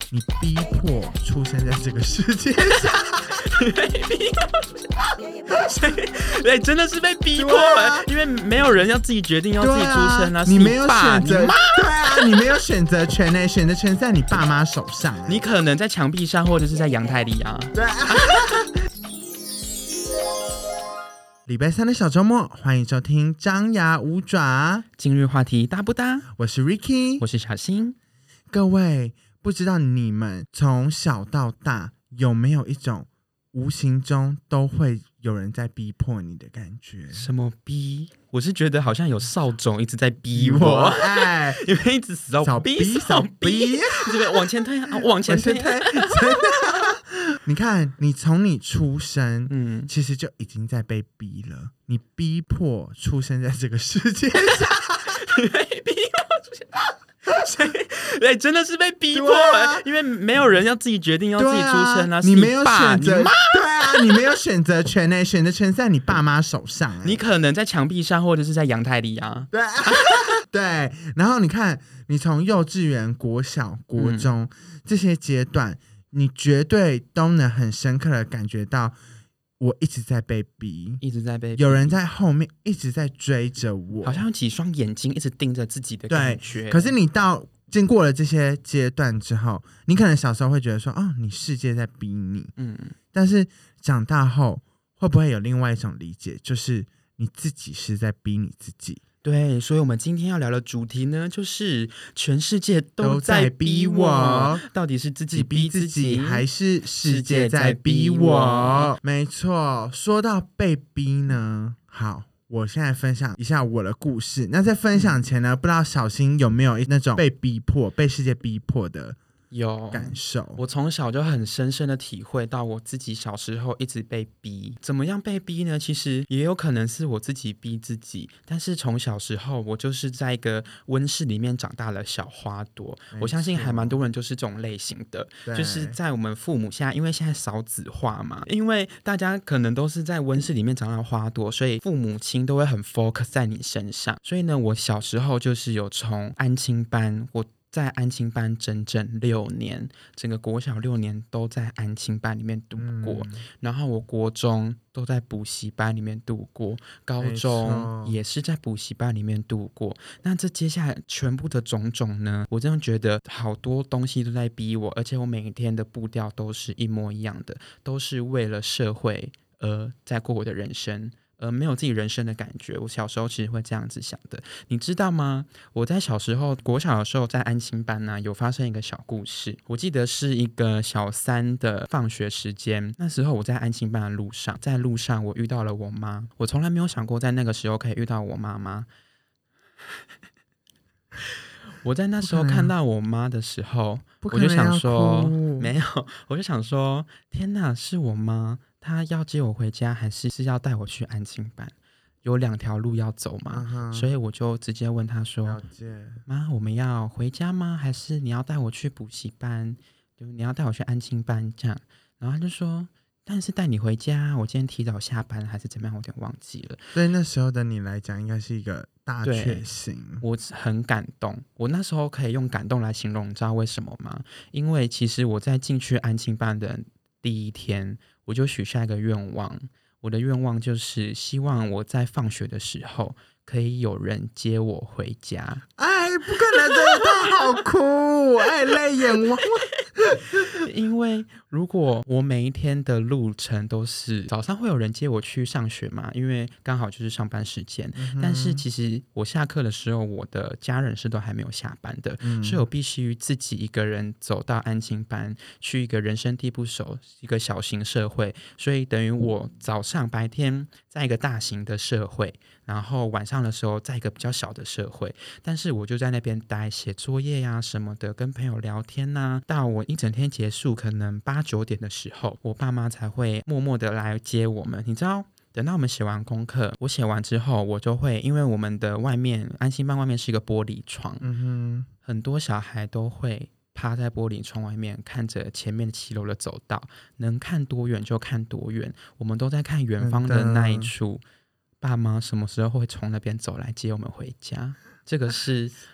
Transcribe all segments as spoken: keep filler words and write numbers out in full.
你逼迫出生在这个世界上。 对，真的是被逼迫了、啊，因为没有人要自己决定要自己出生啊， 啊你没有选择， 你妈， 对啊，你没有选择权呢，选择权在你爸妈手上。 你可能在墙壁上，或者是在阳台里啊。 对啊。礼拜三的小周末，欢迎收听张牙舞爪。 今日话题搭不搭？ 我是 Ricky， 我是小新。 各位，不知道你们从小到大有没有一种无形中都会有人在逼迫你的感觉？ 什么逼？我是觉得好像有扫帚一直在逼我， 哎， 因为一直死到扫逼扫逼， 这边往前推啊，往前推， 真的。你看，你从你出生，嗯，其实就已经在被逼了。你逼迫出生在这个世界上， 被逼迫出生。对，真的是被逼迫了、啊，因为没有人要自己决定要自己出生啊。 啊你没有选择， 你妈， 对啊，你没有选择权呢，选择权在你爸妈手上。 你可能在墙壁上，或者是在阳台里啊。 对啊，对。然后你看，你从幼稚园、国小、国中、嗯、这些阶段，你绝对都能很深刻的感觉到，我一直在被逼， 一直在被逼， 有人在后面一直在追着我， 好像有几双眼睛一直盯着自己的感觉。 对，可是你到经过了这些阶段之后，你可能小时候会觉得说，哦，你世界在逼你，嗯，但是长大后会不会有另外一种理解，就是你自己是在逼你自己？ 对，所以我们今天要聊的主题呢，就是全世界都在逼我，到底是自己逼自己， 还是世界在逼我？没错，说到被逼呢，好。我现在分享一下我的故事。那在分享前呢，不知道小新有没有那种被逼迫、被世界逼迫的有感受？ 我从小就很深深的体会到，我自己小时候一直被逼。怎么样被逼呢？其实也有可能是我自己逼自己。但是从小时候，我就是在一个温室里面长大的小花朵。我相信还蛮多人就是这种类型的，就是在我们父母现在，因为现在少子化嘛，因为大家可能都是在温室里面长大的花朵，所以父母亲都会很 focus 在你身上。所以呢，我小时候就是有从安亲班，我在安亲班整整六年，整个国小六年都在安亲班里面度过、嗯、然后我国中都在补习班里面度过，高中也是在补习班里面度过。那这接下来全部的种种呢，我真的觉得好多东西都在逼我，而且我每一天的步调都是一模一样的，都是为了社会而在过我的人生，呃，没有自己人生的感觉。我小时候其实会这样子想的，你知道吗？我在小时候国小的时候在安亲班呢、啊，有发生一个小故事。我记得是一个小三的放学时间，那时候我在安亲班的路上，在路上我遇到了我妈。我从来没有想过在那个时候可以遇到我妈妈。我在那时候看到我妈的时候，我就想说，没有，我就想说，天哪，是我妈。他要接我回家，还是是要带我去安亲班？有两条路要走嘛， uh-huh. 所以我就直接问他说：“妈，我们要回家吗？还是你要带我去补习班？就你要带我去安亲班这样？”然后他就说：“但是带你回家，我今天提早下班还是怎么样？我有点忘记了。” 所以那时候的你来讲，应该是一个大确幸。 我很感动，我那时候可以用感动来形容，你知道为什么吗？因为其实我在进去安亲班的第一天，我就许下一个愿望，我的愿望就是希望我在放学的时候可以有人接我回家。 哎，不可能，这也太好哭，哎，泪眼汪汪。 因为如果我每一天的路程都是早上会有人接我去上学嘛，因为刚好就是上班时间、嗯、但是其实我下课的时候我的家人是都还没有下班的、嗯、所以我必须自己一个人走到安亲班，去一个人生地不熟一个小型社会，所以等于我早上白天在一个大型的社会，然后晚上的时候在一个比较小的社会，但是我就在那边待写作业呀、啊、什么的，跟朋友聊天啊，到我一整天结束可能八九点的时候，我爸妈才会默默的来接我们。你知道等到我们写完功课，我写完之后，我就会因为我们的外面安心班外面是一个玻璃窗、嗯、哼很多小孩都会趴在玻璃窗外面看着前面七楼的走道，能看多远就看多远，我们都在看远方的那一处爸妈什么时候会从那边走来接我们回家。这个是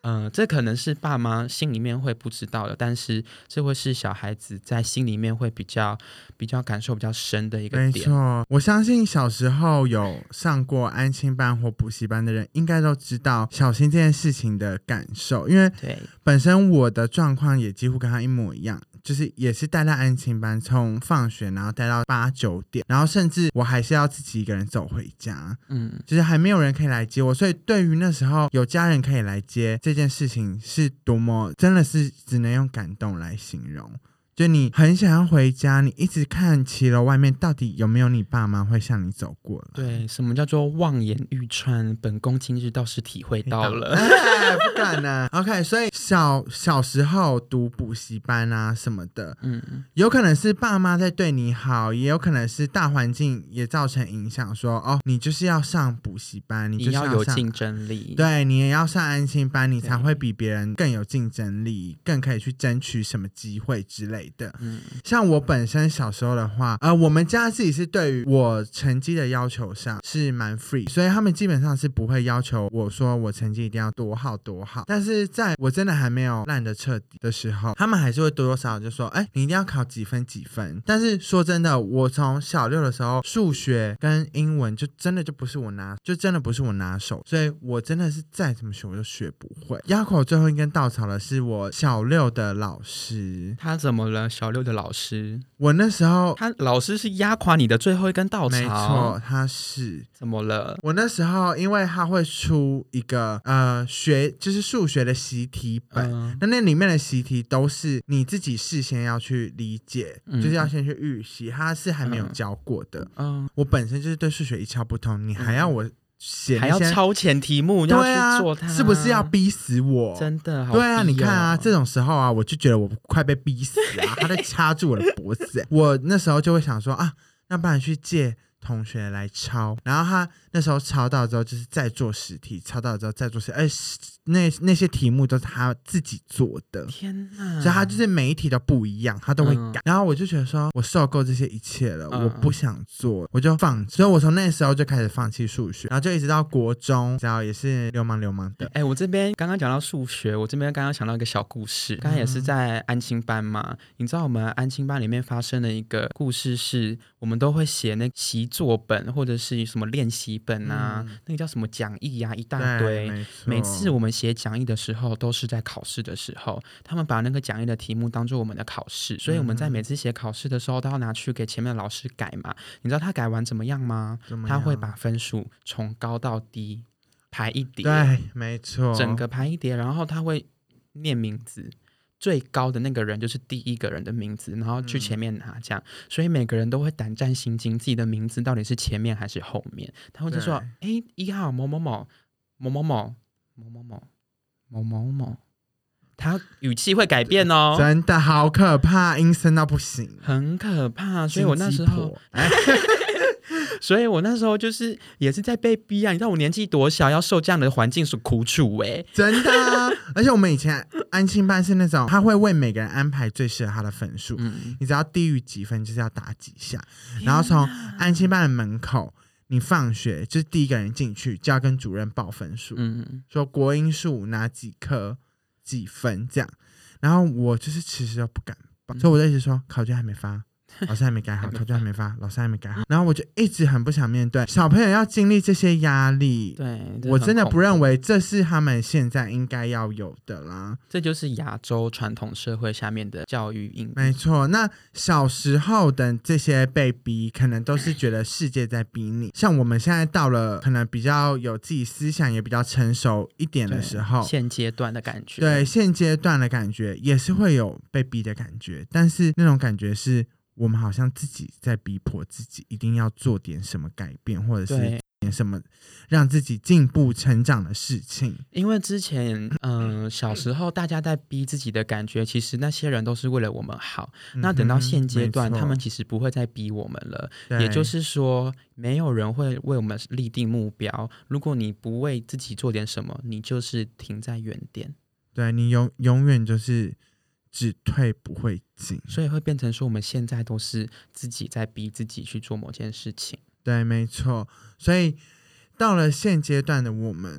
呃，这可能是爸妈心里面会不知道的，但是这会是小孩子在心里面会比较比较感受比较深的一个点。 没错，我相信小时候有上过安亲班或补习班的人，应该都知道小新这件事情的感受，因为对本身我的状况也几乎跟他一模一样。就是也是带到安亲班，从放学然后带到八九点，然后甚至我还是要自己一个人走回家，嗯，就是还没有人可以来接我，所以对于那时候有家人可以来接这件事情，是多么真的是只能用感动来形容。就你很想要回家，你一直看骑楼外面到底有没有你爸妈会向你走过来。 对，什么叫做望眼欲穿，本宫今日倒是体会到了。 哎，不敢呢。OK， 所以小小时候读补习班啊什么的，嗯，有可能是爸妈在对你好，也有可能是大环境也造成影响说，哦，你就是要上补习班，你就是要你要有竞争力， 对，你也要上安亲班，你才会比别人更有竞争力，更可以去争取什么机会之类的。嗯，像我本身小时候的话，呃，我们家自己是对于我成绩的要求上是蛮 free， 所以他们基本上是不会要求我说我成绩一定要多好多好。但是在我真的还没有烂的彻底的时候，他们还是会多多少少就说，哎，你一定要考几分几分。但是说真的，我从小六的时候，数学跟英文就真的就不是我拿，就真的不是我拿手，所以我真的是再怎么学我就学不会。压垮最后一根稻草的是我小六的老师。 他怎么了？小六的老师， 我那时候他老师是压垮你的最后一根稻草。 没错，他是怎么了？ 我那时候因为他会出一个呃学就是数学的习题本，嗯、那那里面的习题都是你自己事先要去理解，嗯、就是要先去预习，他是还没有教过的。嗯，我本身就是对数学一窍不通，你还要我。写还要超前题目，要去做它， 啊，是不是要逼死我？ 真的好逼哦， 对啊，你看啊，这种时候啊，我就觉得我快被逼死啊，他在掐住我的脖子。我那时候就会想说啊，要不然去借同学来抄，然后他那时候抄到之后就是再做十题，抄到之后再做十题，哎，那那些题目都是他自己做的， 天哪！ 所以他就是每一题都不一样，他都会改。嗯、然后我就觉得说，我受够这些一切了，嗯、我不想做，我就放。所以我从那时候就开始放弃数学，然后就一直到国中，然后也是流氓流氓的。 哎，我这边刚刚讲到数学，我这边刚刚想到一个小故事，刚刚也是在安亲班嘛。你知道我们安亲班里面发生的一个故事是，我们都会写那习作本或者是什么练习本啊，嗯、那个叫什么讲义啊，一大堆。每次我们写讲义的时候都是在考试的时候，他们把那个讲义的题目当作我们的考试，所以我们在每次写考试的时候都要拿去给前面的老师改嘛。你知道他改完怎么样吗？他会把分数从高到低排一叠， 对，没错， 整个排一叠，然后他会念名字，最高的那个人就是第一个人的名字，然后去前面拿这样，嗯、所以每个人都会胆战心惊，自己的名字到底是前面还是后面。他会就说：“哎，一号某某某某某某某某某。”某某某，他语气会改变哦， 真的好可怕，阴森到不行， 很可怕。所以我那时候，所以我那时候就是也是在被逼啊！你知道我年纪多小，要受这样的环境所苦楚哎、欸， 真的、啊。而且我们以前安亲班是那种，他会为每个人安排最适合他的分数，嗯、你只要低于几分就是要打几下，然后从安亲班的门口。你放学就是第一个人进去就要跟主任报分数，嗯，说国英数哪几科几分这样，然后我就是其实都不敢报，嗯、所以我就一直说考卷还没发，老师还没改好，考卷还没发，老师还没改好，然后我就一直很不想面对小朋友要经历这些压力， 对， 我真的不认为这是他们现在应该要有的啦。 这就是亚洲传统社会下面的教育应没错。那小时候的这些被逼，可能都是觉得世界在逼你。像我们现在到了可能比较有自己思想也比较成熟一点的时候， 现阶段的感觉， 对，现阶段的感觉也是会有被逼的感觉，但是那种感觉是我们好像自己在逼迫自己一定要做点什么改变，或者是点什么让自己进步成长的事情。 因为之前嗯、呃、小时候大家在逼自己的感觉，其实那些人都是为了我们好、嗯、那等到现阶段他们其实不会再逼我们了，也就是说没有人会为我们立定目标，如果你不为自己做点什么，你就是停在原点， 对，你永永远就是只退不会进， 所以会变成说我们现在都是自己在逼自己去做某件事情。 对，没错。所以到了现阶段的我们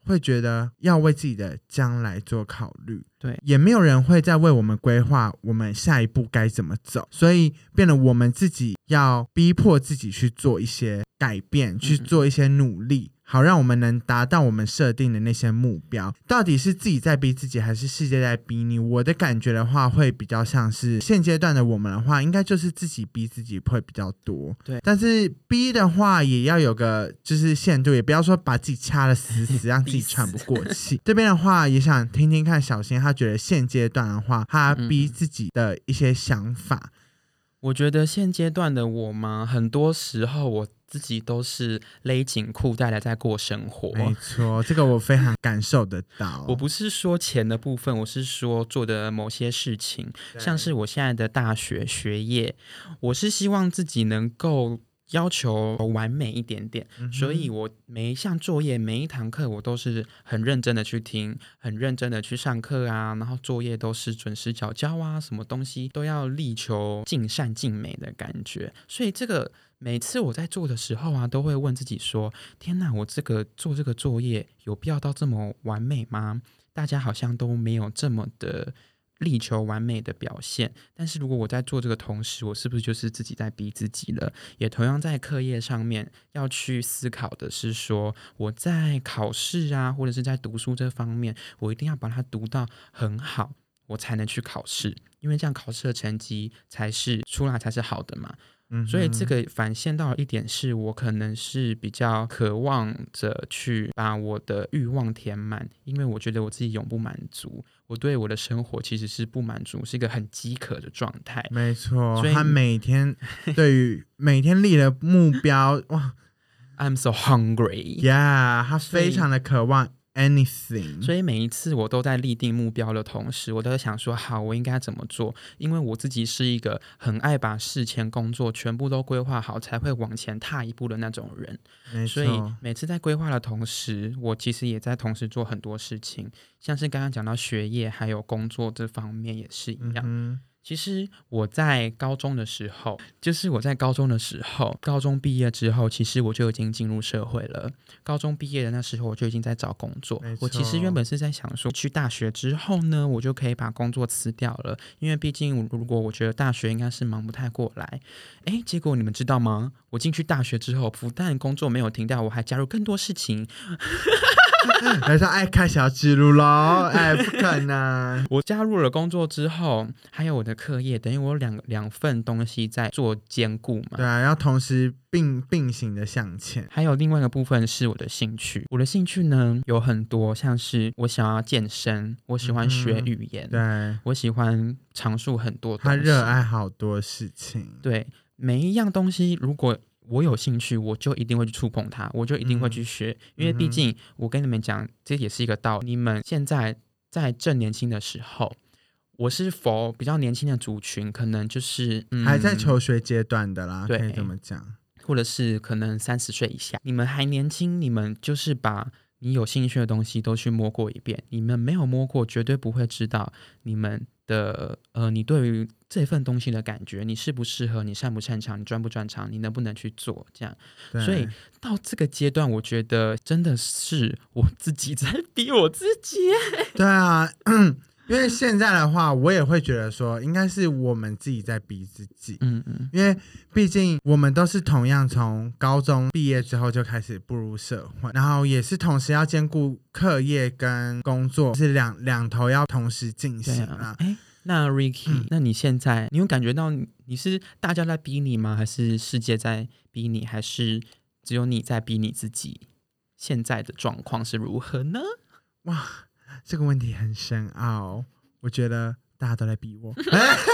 会觉得要为自己的将来做考虑， 对， 也没有人会再为我们规划我们下一步该怎么走，所以变得我们自己要逼迫自己去做一些改变，去做一些努力，好让我们能达到我们设定的那些目标。到底是自己在逼自己还是世界在逼你？我的感觉的话会比较像是现阶段的我们的话应该就是自己逼自己会比较多， 对， 但是逼的话也要有个就是限度，也不要说把自己掐得死死让自己喘不过气这边的话也想听听看小新他觉得现阶段的话他逼自己的一些想法。 我觉得现阶段的我嘛，很多时候我自己都是勒紧裤带的在过生活。 没错，这个我非常感受得到。 我不是说钱的部分，我是说做的某些事情，像是我现在的大学学业，我是希望自己能够要求完美一点点、嗯、所以我每一项作业每一堂课我都是很认真的去听，很认真的去上课啊，然后作业都是准时缴交啊，什么东西都要力求尽善尽美的感觉。所以这个每次我在做的时候啊，都会问自己说，天哪，我这个做这个作业有必要到这么完美吗？大家好像都没有这么的力求完美的表现，但是如果我在做这个同时，我是不是就是自己在逼自己了？也同样在课业上面要去思考的是说，我在考试啊或者是在读书这方面，我一定要把它读到很好，我才能去考试，因为这样考试的成绩才是出来才是好的嘛。所以这个反现到一点是，我可能是比较渴望着去把我的欲望填满，因为我觉得我自己永不满足，我对我的生活其实是不满足，是一个很饥渴的状态。 没错，他每天对于每天立的目标哇 I'm so hungry yeah 他非常的渴望anything， 所以每一次我都在立定目标的同时，我都在想说好我应该怎么做，因为我自己是一个很爱把事前工作全部都规划好才会往前踏一步的那种人，所以每次在规划的同时，我其实也在同时做很多事情，像是刚刚讲到学业还有工作这方面也是一样、嗯其实我在高中的时候，就是我在高中的时候，高中毕业之后，其实我就已经进入社会了。高中毕业的那时候，我就已经在找工作。我其实原本是在想说，去大学之后呢，我就可以把工作辞掉了，因为毕竟如果我觉得大学应该是忙不太过来。哎，结果你们知道吗？我进去大学之后，不但工作没有停掉，我还加入更多事情。 还说哎开小之路咯，哎不可能。 我加入了工作之后，还有我的课业，等于我有两两份东西在做兼顾嘛。 对啊，要同时并并行的向前。 还有另外一个部分是我的兴趣，我的兴趣呢有很多，像是我想要健身，我喜欢学语言， 嗯、对， 我喜欢尝试很多东西， 他热爱好多事情。 对，每一样东西如果我有兴趣，我就一定会去触碰它，我就一定会去学、嗯、因为毕竟我跟你们讲，这也是一个道理，你们现在在正年轻的时候，我是否比较年轻的族群，可能就是、嗯、 还在求学阶段的啦，可以这么讲， 或者是可能三十岁以下，你们还年轻，你们就是把你有兴趣的东西都去摸过一遍，你们没有摸过绝对不会知道你们的呃，你对于这份东西的感觉，你适不适合，你擅不擅长，你专不专长，你能不能去做这样。所以到这个阶段，我觉得真的是我自己在逼我自己。 对啊，因为现在的话我也会觉得说应该是我们自己在逼自己，嗯嗯，因为毕竟我们都是同样从高中毕业之后就开始步入社会，然后也是同时要兼顾课业跟工作，是两两头要同时进行啊。 哎，那 Ricky、嗯、那你现在你有感觉到你是大家在逼你吗？还是世界在逼你？还是只有你在逼你自己？现在的状况是如何呢？ 哇，这个问题很深奥，我觉得大家都在逼我。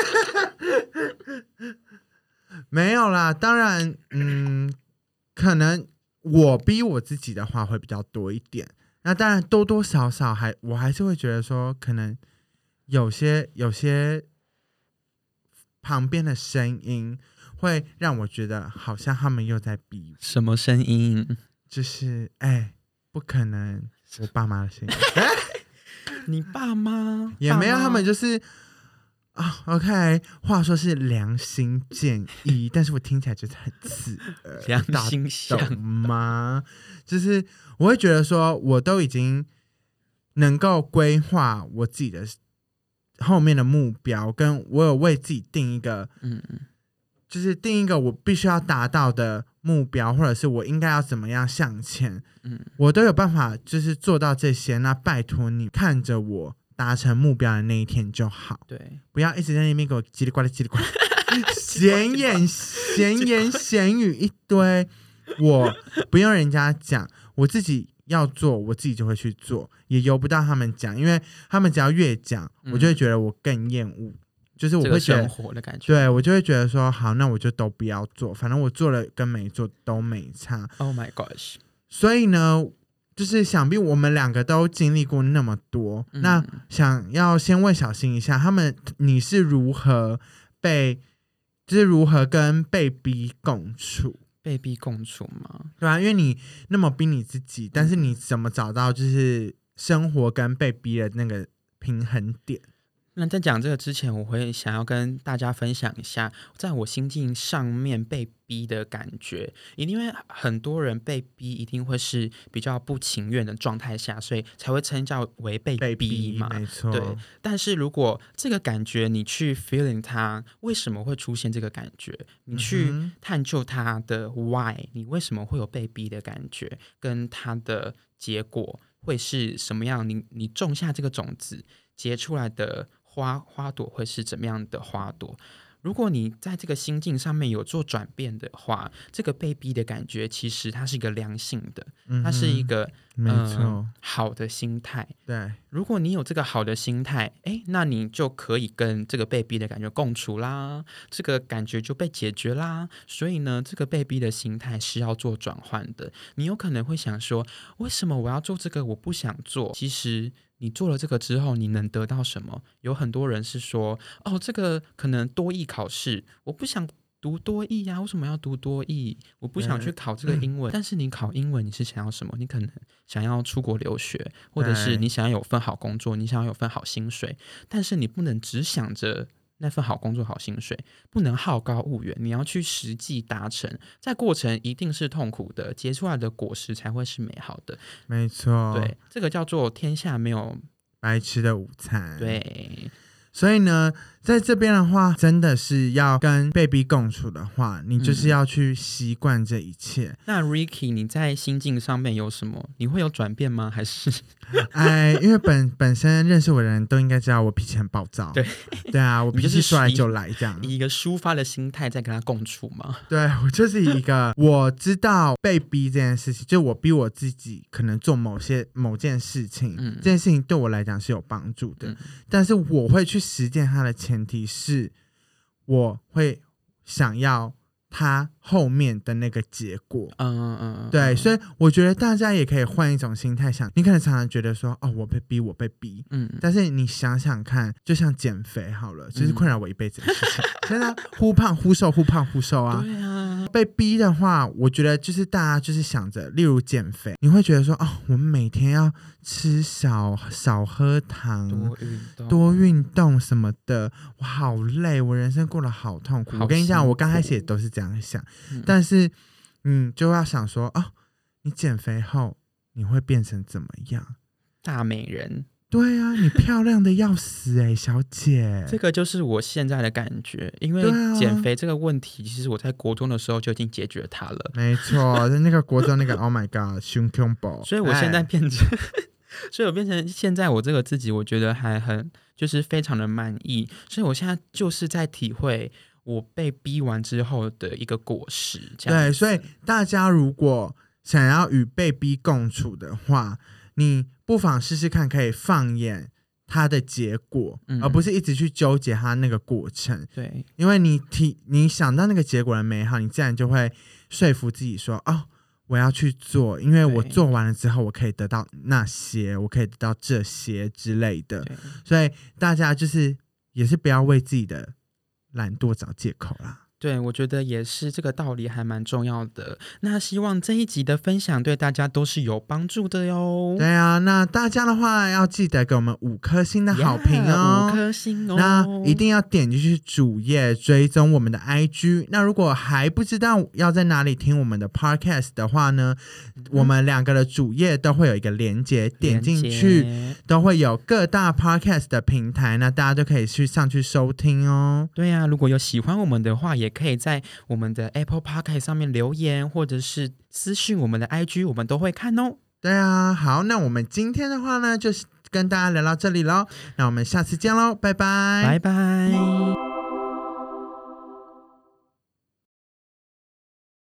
没有啦，当然嗯，可能我逼我自己的话会比较多一点，那当然多多少少还我还是会觉得说可能有些有些旁边的声音会让我觉得好像他们又在逼我。 什么声音？ 就是哎，不可能，我爸妈的声音。 你爸妈也没有，他们就是啊、哦、，OK， 话说是良心建议，但是我听起来就是很刺耳， 良心想懂吗？就是我会觉得说，我都已经能够规划我自己的后面的目标，跟我有为自己定一个， 嗯嗯， 就是定一个我必须要达到的目标，或者是我应该要怎么样向前， 嗯， 我都有办法，就是做到这些。那拜托你看着我达成目标的那一天就好， 对， 不要一直在那边给我叽里呱啦叽里呱啦，闲言闲言闲语一堆，我不用人家讲，我自己要做，我自己就会去做，也由不到他们讲，因为他们只要越讲， 嗯、 我就会觉得我更厌恶。就是我会觉得、 这个、生活的感觉， 对我就会觉得说，好，那我就都不要做，反正我做了跟没做都没差。 Oh my gosh！ 所以呢，就是想必我们两个都经历过那么多，嗯、那想要先问小新一下，他们你是如何被，就是如何跟被逼共处？ 被逼共处吗？ 对啊，因为你那么逼你自己，但是你怎么找到就是生活跟被逼的那个平衡点？ 那在讲这个之前，我会想要跟大家分享一下，在我心境上面被逼的感觉。因为很多人被逼，一定会是比较不情愿的状态下，所以才会称叫为被逼嘛。 被逼没错。 对。但是如果这个感觉你去 feeling 它，为什么会出现这个感觉？你去探究它的 why， 你为什么会有被逼的感觉，跟它的结果会是什么样？你你种下这个种子，结出来的花花朵会是怎么样的花朵？如果你在这个心境上面有做转变的话，这个被逼的感觉其实它是一个良性的，它是一个、 嗯、没错、 呃、好的心态。 对， 如果你有这个好的心态，哎，那你就可以跟这个被逼的感觉共处啦，这个感觉就被解决啦。所以呢，这个被逼的心态是要做转换的。你有可能会想说，为什么我要做这个？我不想做。其实你做了这个之后，你能得到什么？有很多人是说，哦，这个可能多益考试，我不想读多益呀、啊，为什么要读多益？我不想去考这个英文。但是你考英文，你是想要什么？你可能想要出国留学，或者是你想要有份好工作，你想要有份好薪水。但是你不能只想着那份好工作、好薪水，不能好高骛远，你要去实际达成。在过程一定是痛苦的，结出来的果实才会是美好的。 没错， 对，这个叫做天下没有白吃的午餐。 对。 所以呢，在这边的话，真的是要跟被逼共处的话，你就是要去习惯这一切。 嗯、那 Ricky， 你在心境上面有什么？你会有转变吗？还是？ 哎，因为本本身认识我的人都应该知道我脾气很暴躁。 对对啊，我脾气说来就来，这样以一个抒发的心态在跟他共处吗？ 对，我就是一个我知道被逼这件事情，就我逼我自己可能做某些某件事情、嗯，这件事情对我来讲是有帮助的、嗯，但是我会去实践它的前提是，我会想要它后面的那个结果。嗯嗯，对，所以我觉得大家也可以换一种心态想，你可能常常觉得说，哦，我被逼，我被逼，嗯，但是你想想看，就像减肥好了，就是困扰我一辈子的事情，真的忽胖忽瘦，忽胖忽瘦啊。 对啊， 被逼的话，我觉得就是大家就是想着，例如减肥，你会觉得说，哦，我们每天要吃少少喝糖， 多运动， 多运动什么的，我好累，我人生过得好痛苦。我跟你讲，我刚开始也都是这样想，嗯、但是嗯，就要想说，哦，你减肥后你会变成怎么样？ 大美人。 对啊，你漂亮的要死哎、欸，小姐。 这个就是我现在的感觉，因为减肥这个问题，其实我在国中的时候就已经解决它了。 没错，那个国中那个 ，Oh my God， 胸恐怖。 所以我现在变成，所以我变成现在我这个自己，我觉得还很就是非常的满意。所以我现在就是在体会我被逼完之后的一个果实。 对，所以大家如果想要与被逼共处的话，你不妨试试看，可以放眼它的结果、嗯、而不是一直去纠结它那个过程。 对， 因为你提你想到那个结果的美好，你自然就会说服自己说，哦，我要去做，因为我做完了之后，我可以得到那些，我可以得到这些之类的。所以大家就是也是不要为自己的懒惰找借口啦。 对，我觉得也是，这个道理还蛮重要的。那希望这一集的分享对大家都是有帮助的哟。 对啊，那大家的话要记得给我们五颗星的好评哦， yeah, 五颗星哦。 那一定要点进去主页追踪我们的 I G。 那如果还不知道要在哪里听我们的 Podcast 的话呢、嗯、我们两个的主页都会有一个连结，点进去都会有各大 Podcast 的平台，那大家都可以去上去收听哦。 对啊，如果有喜欢我们的话，也可以在我们的 Apple Podcast 上面留言，或者是私讯我们的 I G， 我们都会看哦。 对啊，好，那我们今天的话呢，就是跟大家聊到这里咯，那我们下次见咯，拜拜， 拜拜。